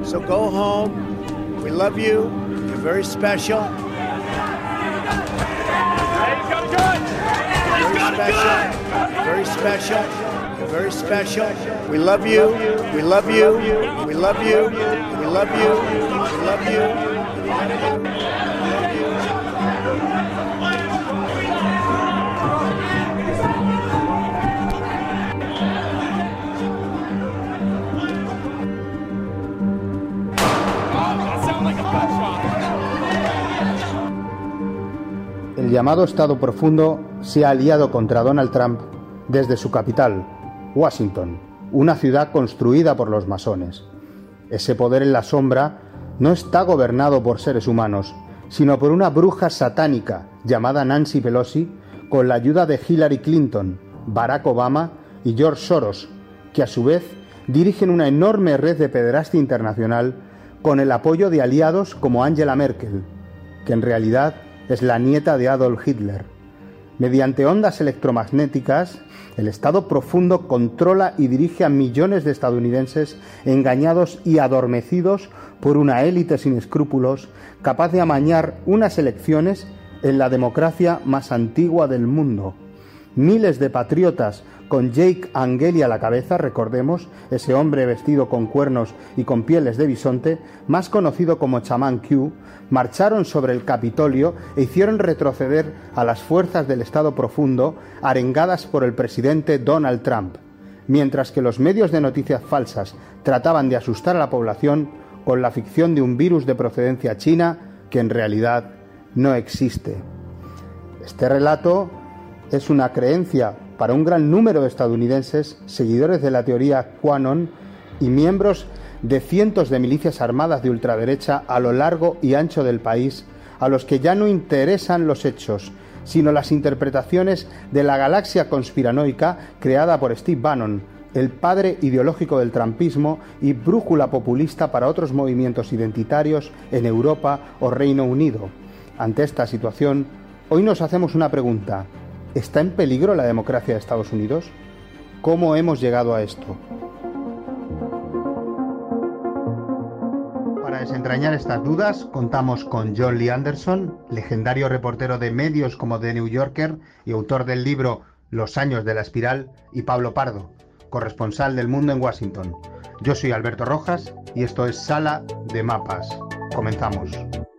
So go home. We love you. You're very special. Very special. You're very special. We love you. We love you. We love you. We love you. We love you. We love you. El llamado Estado Profundo se ha aliado contra Donald Trump desde su capital, Washington, una ciudad construida por los masones. Ese poder en la sombra no está gobernado por seres humanos, sino por una bruja satánica llamada Nancy Pelosi, con la ayuda de Hillary Clinton, Barack Obama y George Soros, que a su vez dirigen una enorme red de pederastia internacional con el apoyo de aliados como Angela Merkel, que en realidad es la nieta de Adolf Hitler. Mediante ondas electromagnéticas, el Estado Profundo controla y dirige a millones de estadounidenses engañados y adormecidos por una élite sin escrúpulos capaz de amañar unas elecciones en la democracia más antigua del mundo. Miles de patriotas con Jake Angeli a la cabeza, recordemos, ese hombre vestido con cuernos y con pieles de bisonte, más conocido como Chamán Q, marcharon sobre el Capitolio e hicieron retroceder a las fuerzas del Estado Profundo arengadas por el presidente Donald Trump, mientras que los medios de noticias falsas trataban de asustar a la población con la ficción de un virus de procedencia china que en realidad no existe. Este relato es una creencia para un gran número de estadounidenses, seguidores de la teoría QAnon y miembros de cientos de milicias armadas de ultraderecha a lo largo y ancho del país, a los que ya no interesan los hechos, sino las interpretaciones de la galaxia conspiranoica creada por Steve Bannon, el padre ideológico del trumpismo y brújula populista para otros movimientos identitarios en Europa o Reino Unido. Ante esta situación, hoy nos hacemos una pregunta: ¿está en peligro la democracia de Estados Unidos? ¿Cómo hemos llegado a esto? Para desentrañar estas dudas, contamos con John Lee Anderson, legendario reportero de medios como The New Yorker y autor del libro Los años de la espiral, y Pablo Pardo, corresponsal del Mundo en Washington. Yo soy Alberto Rojas y esto es Sala de Mapas. Comenzamos.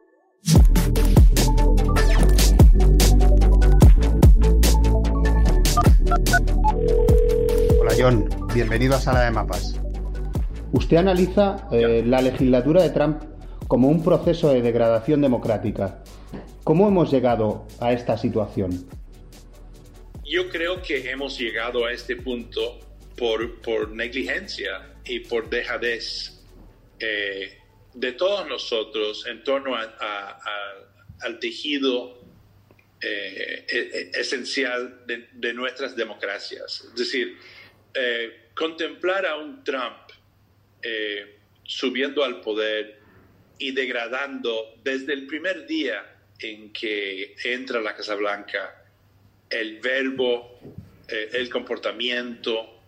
Hola John, bienvenido a Sala de Mapas. Usted analiza la legislatura de Trump como un proceso de degradación democrática. ¿Cómo hemos llegado a esta situación? Yo creo que hemos llegado a este punto por negligencia y por dejadez de todos nosotros en torno al tejido esencial de nuestras democracias. Es decir, contemplar a un Trump subiendo al poder y degradando desde el primer día en que entra a la Casa Blanca el verbo, el comportamiento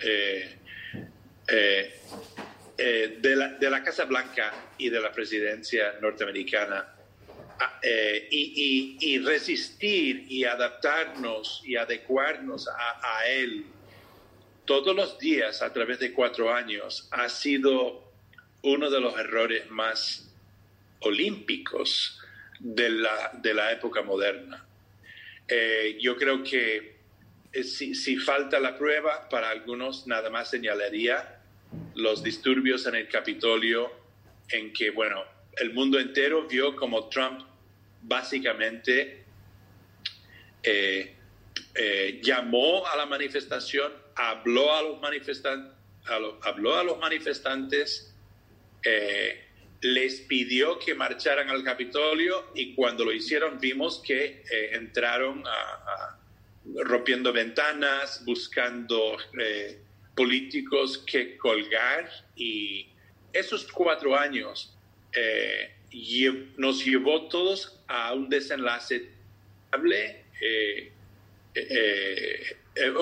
de la Casa Blanca y de la presidencia norteamericana, y resistir y adaptarnos y adecuarnos a él todos los días a través de 4 años ha sido uno de los errores más olímpicos de la época moderna. Yo creo que si falta la prueba, para algunos nada más señalaría los disturbios en el Capitolio, en que, bueno, el mundo entero vio como Trump básicamente llamó a la manifestación, habló a los manifestantes, les pidió que marcharan al Capitolio, y cuando lo hicieron vimos que entraron rompiendo ventanas, buscando políticos que colgar, y esos 4 años nos llevó todos a un desenlace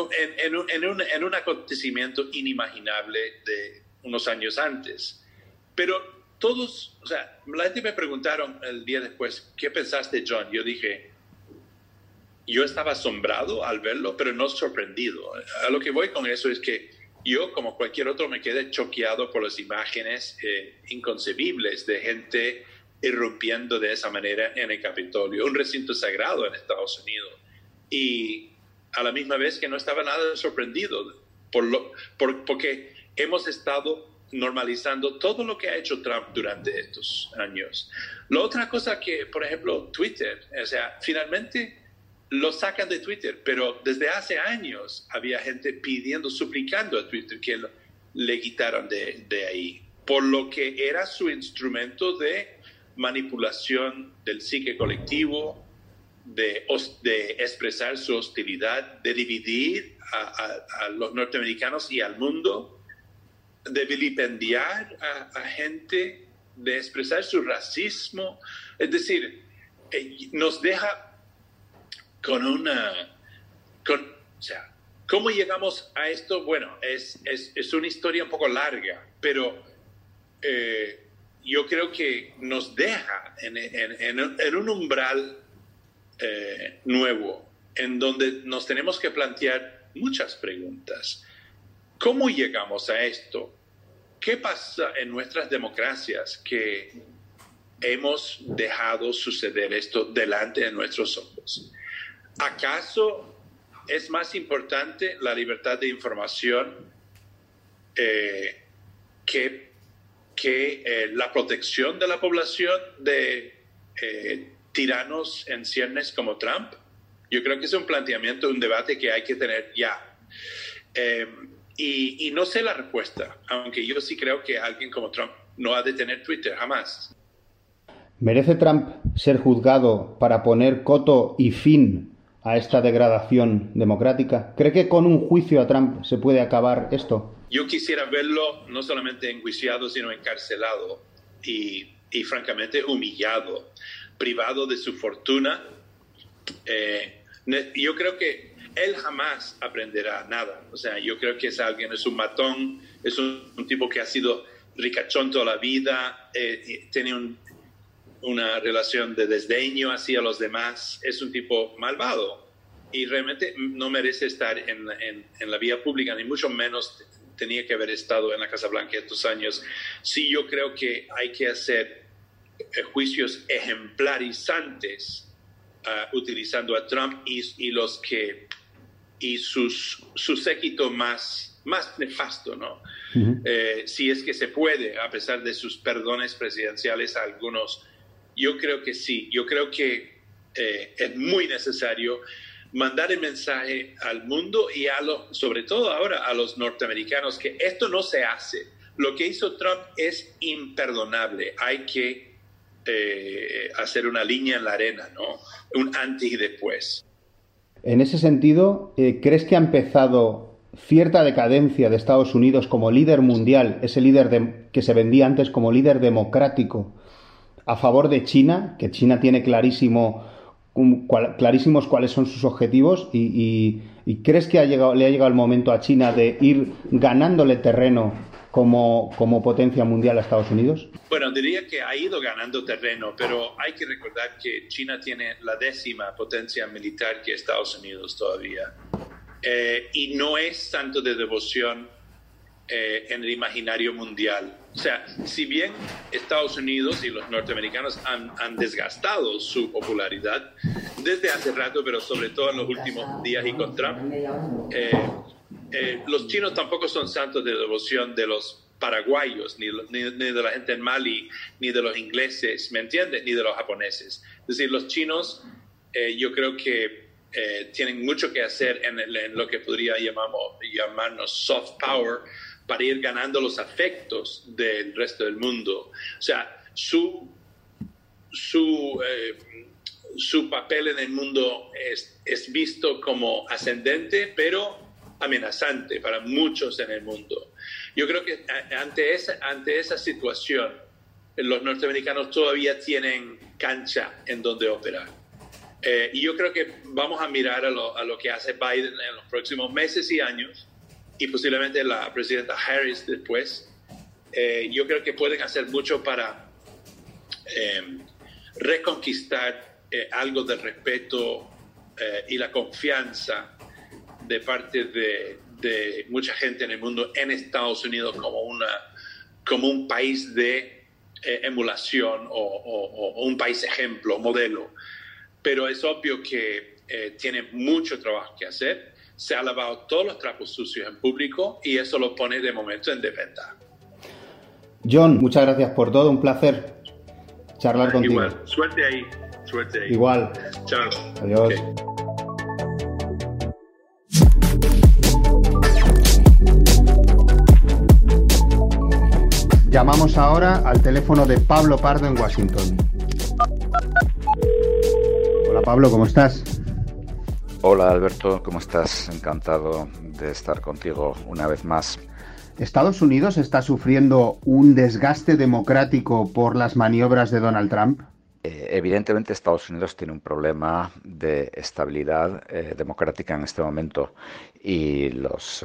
en un acontecimiento inimaginable de unos años antes. Pero todos, o sea, la gente me preguntaron el día después, ¿qué pensaste, John? Yo dije, yo estaba asombrado al verlo, pero no sorprendido. A lo que voy con eso es que yo, como cualquier otro, me quedé choqueado por las imágenes inconcebibles de gente irrumpiendo de esa manera en el Capitolio, un recinto sagrado en Estados Unidos. Y a la misma vez que no estaba nada sorprendido porque hemos estado normalizando todo lo que ha hecho Trump durante estos años. La otra cosa que, por ejemplo, Twitter, o sea, finalmente lo sacan de Twitter, pero desde hace años había gente pidiendo, suplicando a Twitter que le quitaran de ahí, por lo que era su instrumento de manipulación del psique colectivo, de expresar su hostilidad, de dividir a los norteamericanos y al mundo, de vilipendiar a gente, de expresar su racismo. Es decir, nos deja o sea, ¿cómo llegamos a esto? Bueno, es una historia un poco larga, pero yo creo que nos deja en un umbral nuevo, en donde nos tenemos que plantear muchas preguntas. ¿Cómo llegamos a esto? ¿Qué pasa en nuestras democracias que hemos dejado suceder esto delante de nuestros ojos? ¿Acaso es más importante la libertad de información que la protección de la población de tiranos en ciernes como Trump? Yo creo que es un planteamiento, un debate que hay que tener ya. Y no sé la respuesta, aunque yo sí creo que alguien como Trump no ha de tener Twitter, jamás. ¿Merece Trump ser juzgado para poner coto y fin a esta degradación democrática? ¿Cree que con un juicio a Trump se puede acabar esto? Yo quisiera verlo no solamente enjuiciado, sino encarcelado y francamente humillado, privado de su fortuna. Yo creo que él jamás aprenderá nada. O sea, yo creo que es un matón, es un tipo que ha sido ricachón toda la vida, tiene una relación de desdeño hacia los demás, es un tipo malvado y realmente no merece estar en la vía pública, ni mucho menos tenía que haber estado en la Casa Blanca estos años. Sí, yo creo que hay que hacer juicios ejemplarizantes utilizando a Trump y su séquito más nefasto, ¿no? Uh-huh. Si es que se puede, a pesar de sus perdones presidenciales a algunos. Yo creo que sí, yo creo que es muy necesario mandar el mensaje al mundo y sobre todo ahora a los norteamericanos que esto no se hace. Lo que hizo Trump es imperdonable. Hay que hacer una línea en la arena, ¿no? Un antes y después. En ese sentido, ¿crees que ha empezado cierta decadencia de Estados Unidos como líder mundial, ese líder que se vendía antes como líder democrático, a favor de China, que China tiene clarísimos cuáles son sus objetivos y crees que le ha llegado el momento a China de ir ganándole terreno como potencia mundial a Estados Unidos? Bueno, diría que ha ido ganando terreno, pero hay que recordar que China tiene la 10ª potencia militar que Estados Unidos todavía, y no es santo de devoción en el imaginario mundial. O sea, si bien Estados Unidos y los norteamericanos han desgastado su popularidad desde hace rato, pero sobre todo en los últimos días y con Trump, los chinos tampoco son santos de devoción de los paraguayos, ni de la gente en Mali, ni de los ingleses, ¿me entiendes? Ni de los japoneses. Es decir, los chinos yo creo que tienen mucho que hacer en lo que podría llamarnos soft power, para ir ganando los afectos del resto del mundo. O sea, su papel en el mundo es visto como ascendente, pero amenazante para muchos en el mundo. Yo creo que ante esa situación, los norteamericanos todavía tienen cancha en donde operar. Y yo creo que vamos a mirar a lo que hace Biden en los próximos meses y años, y posiblemente la presidenta Harris después, yo creo que pueden hacer mucho para reconquistar algo de respeto y la confianza de parte de mucha gente en el mundo, en Estados Unidos, como un país de emulación o un país ejemplo, modelo. Pero es obvio que tiene mucho trabajo que hacer. Se ha lavado todos los trapos sucios en público y eso lo pone de momento en desventaja. John, muchas gracias por todo, un placer charlar contigo. Igual, suerte ahí. Igual. Chao. Adiós. Okay. Llamamos ahora al teléfono de Pablo Pardo en Washington. Hola Pablo, ¿cómo estás? Hola Alberto, ¿cómo estás? Encantado de estar contigo una vez más. ¿Estados Unidos está sufriendo un desgaste democrático por las maniobras de Donald Trump? Evidentemente Estados Unidos tiene un problema de estabilidad democrática en este momento y los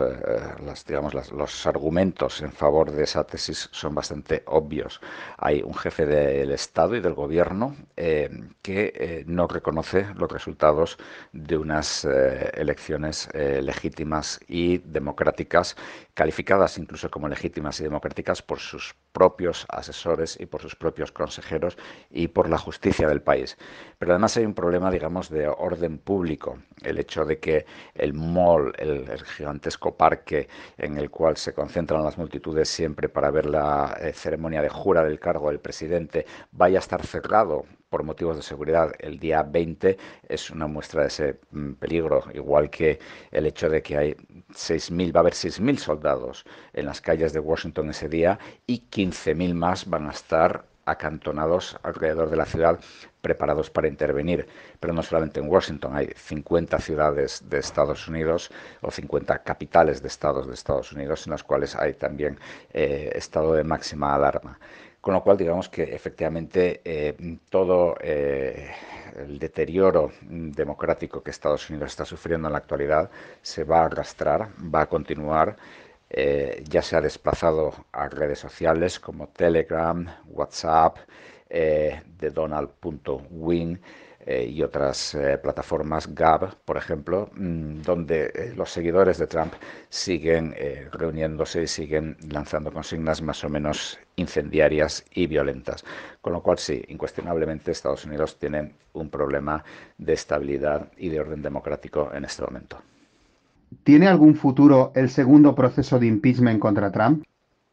argumentos en favor de esa tesis son bastante obvios. Hay un jefe del Estado y del gobierno que no reconoce los resultados de unas elecciones legítimas y democráticas, calificadas incluso como legítimas y democráticas por sus propios asesores y por sus propios consejeros y por la justicia del país. Pero además hay un problema, digamos, de orden público. El hecho de que el mall, el gigantesco parque en el cual se concentran las multitudes siempre para ver la ceremonia de jura del cargo del presidente, vaya a estar cerrado por motivos de seguridad el día 20 es una muestra de ese peligro, igual que el hecho de que va a haber 6.000 soldados en las calles de Washington ese día y 15.000 más van a estar acantonados alrededor de la ciudad preparados para intervenir. Pero no solamente en Washington, hay 50 ciudades de Estados Unidos o 50 capitales de estados de Estados Unidos en las cuales hay también estado de máxima alarma. Con lo cual, digamos que efectivamente todo el deterioro democrático que Estados Unidos está sufriendo en la actualidad se va a arrastrar, va a continuar. Ya se ha desplazado a redes sociales como Telegram, WhatsApp, de Donald.win y otras plataformas, Gab, por ejemplo, donde los seguidores de Trump siguen reuniéndose y siguen lanzando consignas más o menos incendiarias y violentas. Con lo cual, sí, incuestionablemente Estados Unidos tiene un problema de estabilidad y de orden democrático en este momento. ¿Tiene algún futuro el segundo proceso de impeachment contra Trump?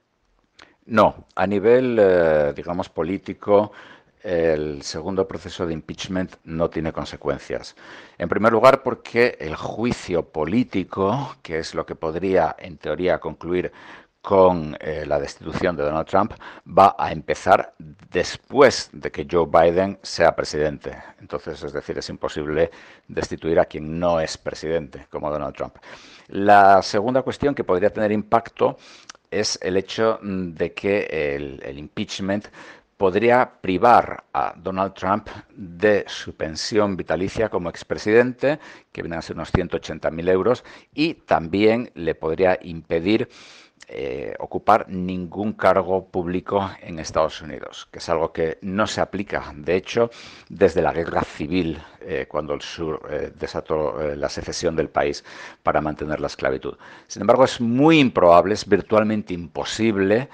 No, a nivel, digamos, político, el segundo proceso de impeachment no tiene consecuencias. En primer lugar, porque el juicio político, que es lo que podría, en teoría, concluir con la destitución de Donald Trump, va a empezar después de que Joe Biden sea presidente. Entonces, es decir, es imposible destituir a quien no es presidente, como Donald Trump. La segunda cuestión que podría tener impacto es el hecho de que el impeachment podría privar a Donald Trump de su pensión vitalicia como expresidente, que vienen a ser unos 180.000 euros, y también le podría impedir ocupar ningún cargo público en Estados Unidos, que es algo que no se aplica, de hecho, desde la guerra civil, cuando el sur desató la secesión del país para mantener la esclavitud. Sin embargo, es muy improbable, es virtualmente imposible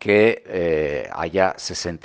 que haya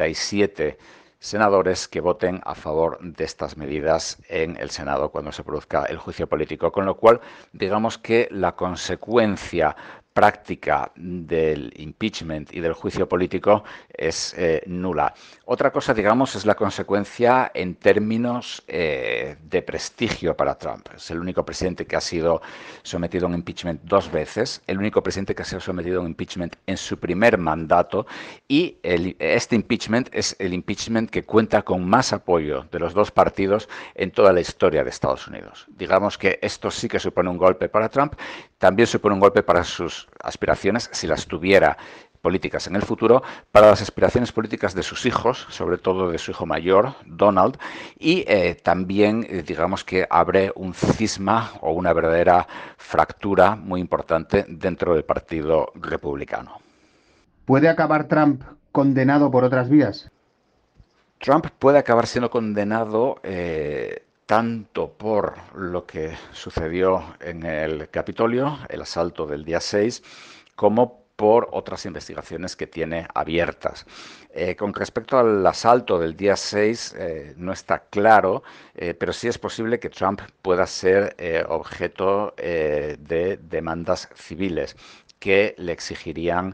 67 senadores que voten a favor de estas medidas en el Senado cuando se produzca el juicio político, con lo cual digamos que la consecuencia práctica del impeachment y del juicio político es nula. Otra cosa, digamos, es la consecuencia en términos de prestigio para Trump. Es el único presidente que ha sido sometido a un impeachment 2 veces, el único presidente que ha sido sometido a un impeachment en su primer mandato y este impeachment es el impeachment que cuenta con más apoyo de los dos partidos en toda la historia de Estados Unidos. Digamos que esto sí que supone un golpe para Trump, también supone un golpe para sus aspiraciones, si las tuviera políticas en el futuro, para las aspiraciones políticas de sus hijos, sobre todo de su hijo mayor, Donald, y también, digamos que abre un cisma o una verdadera fractura muy importante dentro del Partido Republicano. ¿Puede acabar Trump condenado por otras vías? Trump puede acabar siendo condenado tanto por lo que sucedió en el Capitolio, el asalto del día 6, como por otras investigaciones que tiene abiertas. Con respecto al asalto del día 6, no está claro, pero sí es posible que Trump pueda ser objeto de demandas civiles que le exigirían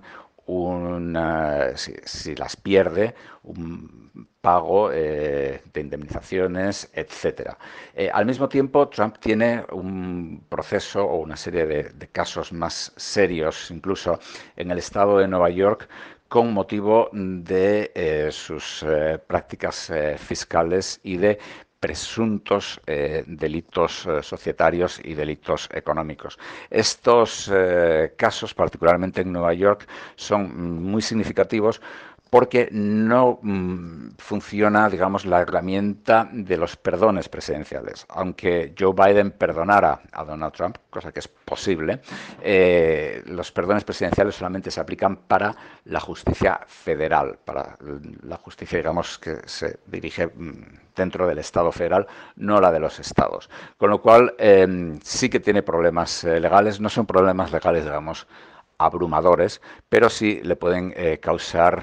si las pierde, un pago de indemnizaciones, etcétera. Al mismo tiempo, Trump tiene un proceso o una serie de casos más serios, incluso en el estado de Nueva York, con motivo de sus prácticas fiscales y de presuntos delitos societarios y delitos económicos. Estos casos, particularmente en Nueva York, son muy significativos porque no funciona, digamos, la herramienta de los perdones presidenciales. Aunque Joe Biden perdonara a Donald Trump, cosa que es posible, los perdones presidenciales solamente se aplican para la justicia federal, para la justicia, digamos, que se dirige dentro del Estado federal, no la de los estados. Con lo cual, sí que tiene problemas legales, no son problemas legales, digamos, abrumadores, pero sí le pueden causar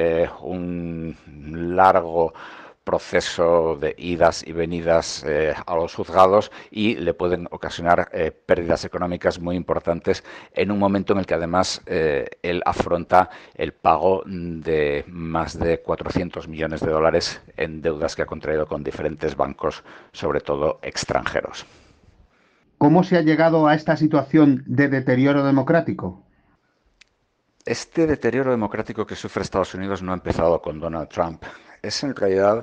un largo proceso de idas y venidas a los juzgados y le pueden ocasionar pérdidas económicas muy importantes en un momento en el que además él afronta el pago de más de 400 millones de dólares en deudas que ha contraído con diferentes bancos, sobre todo extranjeros. ¿Cómo se ha llegado a esta situación de deterioro democrático? Este deterioro democrático que sufre Estados Unidos no ha empezado con Donald Trump. Es en realidad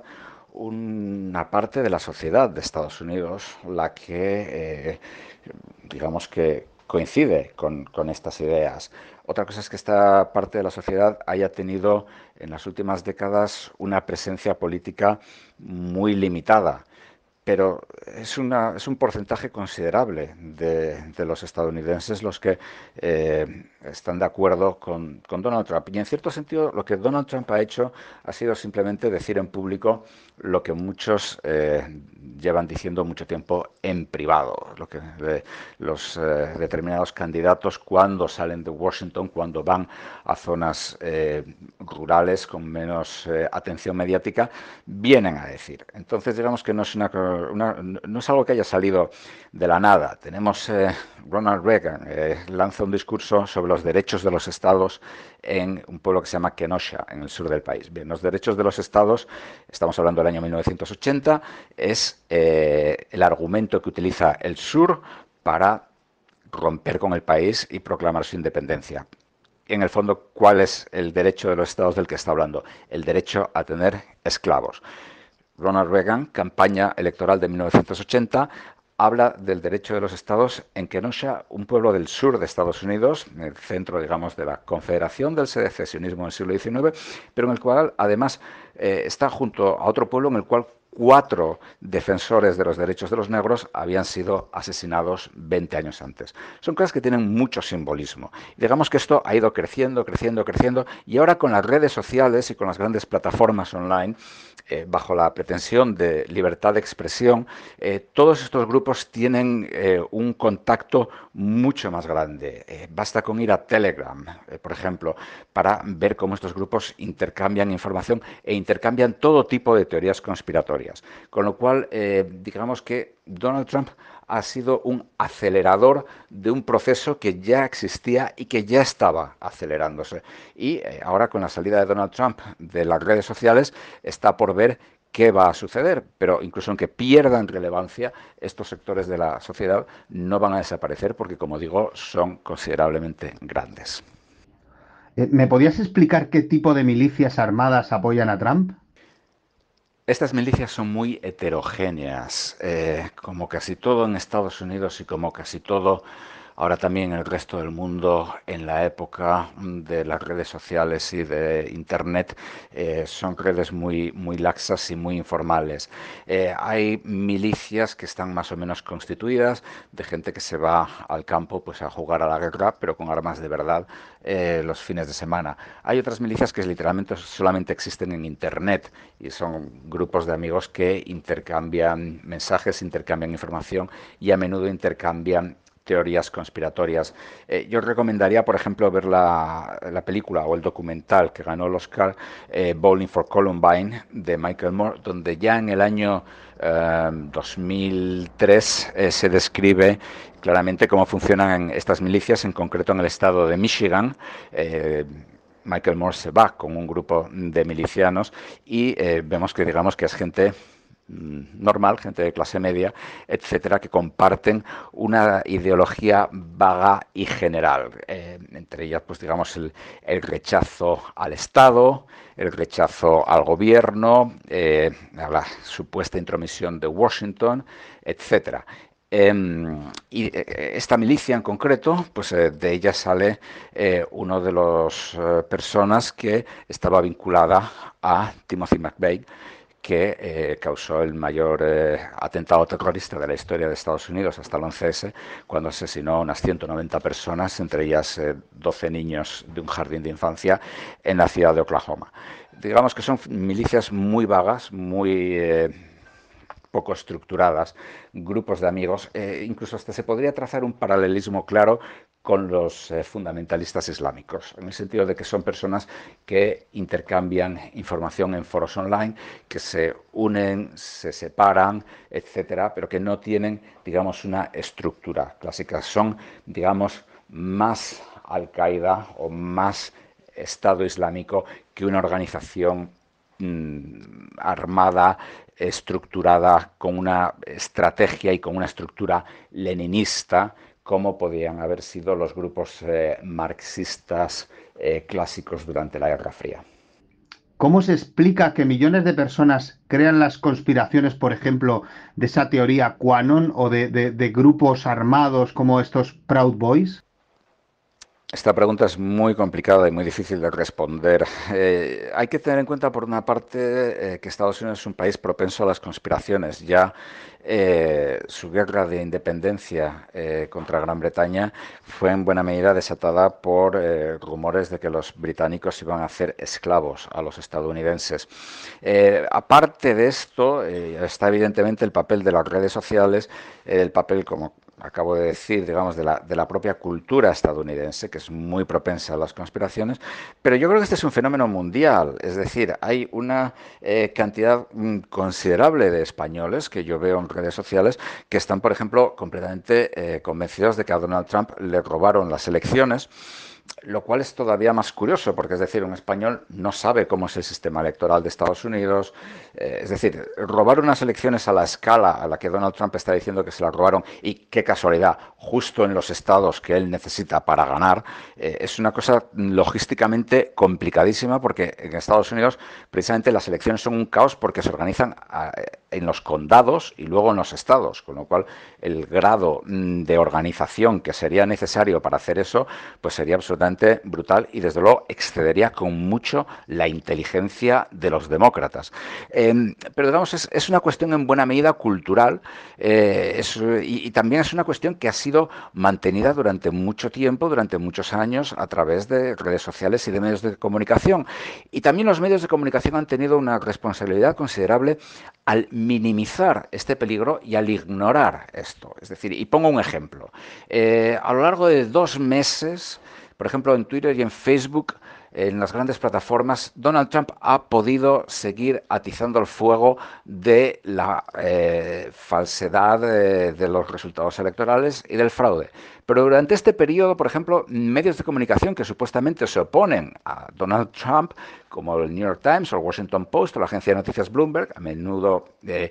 una parte de la sociedad de Estados Unidos la que, digamos que coincide con estas ideas. Otra cosa es que esta parte de la sociedad haya tenido en las últimas décadas una presencia política muy limitada. Pero es un porcentaje considerable de los estadounidenses los que están de acuerdo con Donald Trump. Y en cierto sentido, lo que Donald Trump ha hecho ha sido simplemente decir en público lo que muchos llevan diciendo mucho tiempo en privado. Lo que los determinados candidatos, cuando salen de Washington, cuando van a zonas rurales con menos atención mediática, vienen a decir. Entonces, digamos que no es no es algo que haya salido de la nada. Tenemos Ronald Reagan lanza un discurso sobre los derechos de los estados en un pueblo que se llama Kenosha, en el sur del país. Bien, los derechos de los estados, estamos hablando del año 1980, es el argumento que utiliza el sur para romper con el país y proclamar su independencia. En el fondo, ¿cuál es el derecho de los estados del que está hablando? El derecho a tener esclavos. Ronald Reagan, campaña electoral de 1980, habla del derecho de los estados en Kenosha, un pueblo del sur de Estados Unidos, en el centro, digamos, de la confederación del secesionismo del siglo XIX, pero en el cual, además, está junto a otro pueblo en el cual 4 defensores de los derechos de los negros habían sido asesinados 20 años antes. Son cosas que tienen mucho simbolismo. Y digamos que esto ha ido creciendo, creciendo, creciendo, y ahora con las redes sociales y con las grandes plataformas online, bajo la pretensión de libertad de expresión, todos estos grupos tienen un contacto mucho más grande. Basta con ir a Telegram, por ejemplo, para ver cómo estos grupos intercambian información e intercambian todo tipo de teorías conspiratorias. Con lo cual, digamos que Donald Trump ha sido un acelerador de un proceso que ya existía y que ya estaba acelerándose. Y ahora, con la salida de Donald Trump de las redes sociales, está por ver qué va a suceder, pero incluso aunque pierdan relevancia, estos sectores de la sociedad no van a desaparecer porque, como digo, son considerablemente grandes. ¿Me podías explicar qué tipo de milicias armadas apoyan a Trump? Estas milicias son muy heterogéneas, como casi todo en Estados Unidos y como casi todo ahora también en el resto del mundo, en la época de las redes sociales y de Internet, son redes muy laxas y muy informales. Hay milicias que están más o menos constituidas, de gente que se va al campo pues a jugar a la guerra, pero con armas de verdad los fines de semana. Hay otras milicias que literalmente solamente existen en Internet y son grupos de amigos que intercambian mensajes, intercambian información y a menudo intercambian teorías conspiratorias. Yo recomendaría, por ejemplo, ver la película o el documental que ganó el Oscar, Bowling for Columbine, de Michael Moore, donde ya en el año 2003 se describe claramente cómo funcionan estas milicias, en concreto en el estado de Michigan. Michael Moore se va con un grupo de milicianos y vemos que digamos que es gente normal, gente de clase media, etcétera, que comparten una ideología vaga y general. Entre ellas, pues digamos, el rechazo al Estado, el rechazo al gobierno, a la supuesta intromisión de Washington, etcétera. Y esta milicia en concreto, pues de ella sale uno de las personas que estaba vinculada a Timothy McVeigh, que causó el mayor atentado terrorista de la historia de Estados Unidos hasta el 11S, cuando asesinó a unas 190 personas, entre ellas 12 niños de un jardín de infancia en la ciudad de Oklahoma. Digamos que son milicias muy vagas, muy poco estructuradas, grupos de amigos, incluso hasta se podría trazar un paralelismo claro con los fundamentalistas islámicos, en el sentido de que son personas que intercambian información en foros online, que se unen, se separan, etcétera, pero que no tienen, digamos, una estructura clásica. Son, digamos, más Al-Qaeda o más Estado Islámico que una organización armada, estructurada, con una estrategia y con una estructura leninista, como podían haber sido los grupos marxistas clásicos durante la Guerra Fría. ¿Cómo se explica que millones de personas crean las conspiraciones, por ejemplo, de esa teoría QAnon o de grupos armados como estos Proud Boys? Esta pregunta es muy complicada y muy difícil de responder. Hay que tener en cuenta, por una parte, que Estados Unidos es un país propenso a las conspiraciones. Ya su guerra de independencia contra Gran Bretaña fue en buena medida desatada por rumores de que los británicos iban a hacer esclavos a los estadounidenses. Aparte de esto, está evidentemente el papel de las redes sociales, el papel, como acabo de decir, digamos, de la propia cultura estadounidense, que es muy propensa a las conspiraciones, pero yo creo que este es un fenómeno mundial, es decir, hay una cantidad considerable de españoles que yo veo en redes sociales que están, por ejemplo, completamente convencidos de que a Donald Trump le robaron las elecciones, lo cual es todavía más curioso, porque es decir, un español no sabe cómo es el sistema electoral de Estados Unidos, es decir, robar unas elecciones a la escala a la que Donald Trump está diciendo que se las robaron, y qué casualidad, justo en los estados que él necesita para ganar, es una cosa logísticamente complicadísima, porque en Estados Unidos precisamente las elecciones son un caos porque se organizan en los condados y luego en los estados, con lo cual el grado de organización que sería necesario para hacer eso, pues sería absolutamente brutal y desde luego excedería con mucho la inteligencia de los demócratas. Pero digamos, es una cuestión en buena medida cultural y también es una cuestión que ha sido mantenida durante mucho tiempo, durante muchos años, a través de redes sociales y de medios de comunicación. Y también los medios de comunicación han tenido una responsabilidad considerable al minimizar este peligro y al ignorar esto. Es decir, y pongo un ejemplo. A lo largo de 2 meses, por ejemplo, en Twitter y en Facebook, en las grandes plataformas, Donald Trump ha podido seguir atizando el fuego de la falsedad de los resultados electorales y del fraude. Pero durante este periodo, por ejemplo, medios de comunicación que supuestamente se oponen a Donald Trump, como el New York Times o el Washington Post o la agencia de noticias Bloomberg, a menudo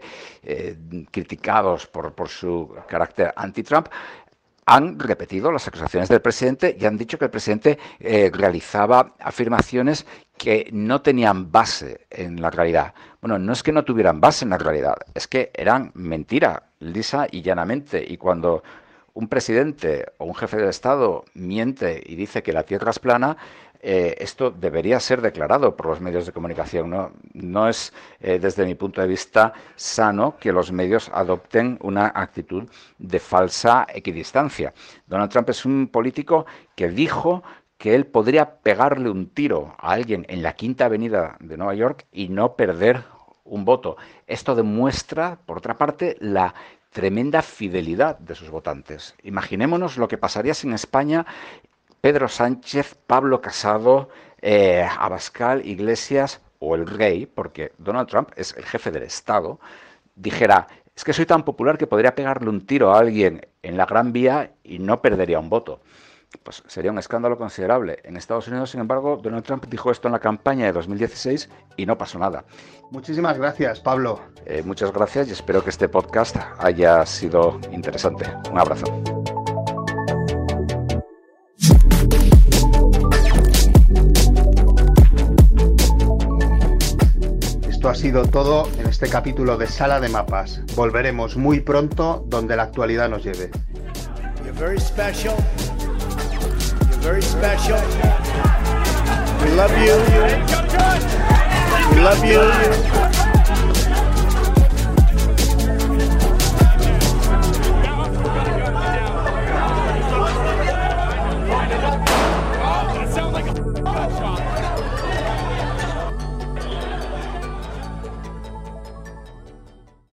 criticados por su carácter anti-Trump, han repetido las acusaciones del presidente y han dicho que el presidente realizaba afirmaciones que no tenían base en la realidad. Bueno, no es que no tuvieran base en la realidad, es que eran mentira, lisa y llanamente. Y cuando un presidente o un jefe de Estado miente y dice que la Tierra es plana, esto debería ser declarado por los medios de comunicación. No es, desde mi punto de vista, sano que los medios adopten una actitud de falsa equidistancia. Donald Trump es un político que dijo que él podría pegarle un tiro a alguien en la Quinta Avenida de Nueva York y no perder un voto. Esto demuestra, por otra parte, la tremenda fidelidad de sus votantes. Imaginémonos lo que pasaría si en España Pedro Sánchez, Pablo Casado, Abascal, Iglesias o el rey, porque Donald Trump es el jefe del Estado, dijera: es que soy tan popular que podría pegarle un tiro a alguien en la Gran Vía y no perdería un voto. Pues sería un escándalo considerable. En Estados Unidos, sin embargo, Donald Trump dijo esto en la campaña de 2016 y no pasó nada. Muchísimas gracias, Pablo. Muchas gracias y espero que este podcast haya sido interesante. Un abrazo. Esto ha sido todo en este capítulo de Sala de Mapas. Volveremos muy pronto donde la actualidad nos lleve. You're very special. Very special. We love you. We love you.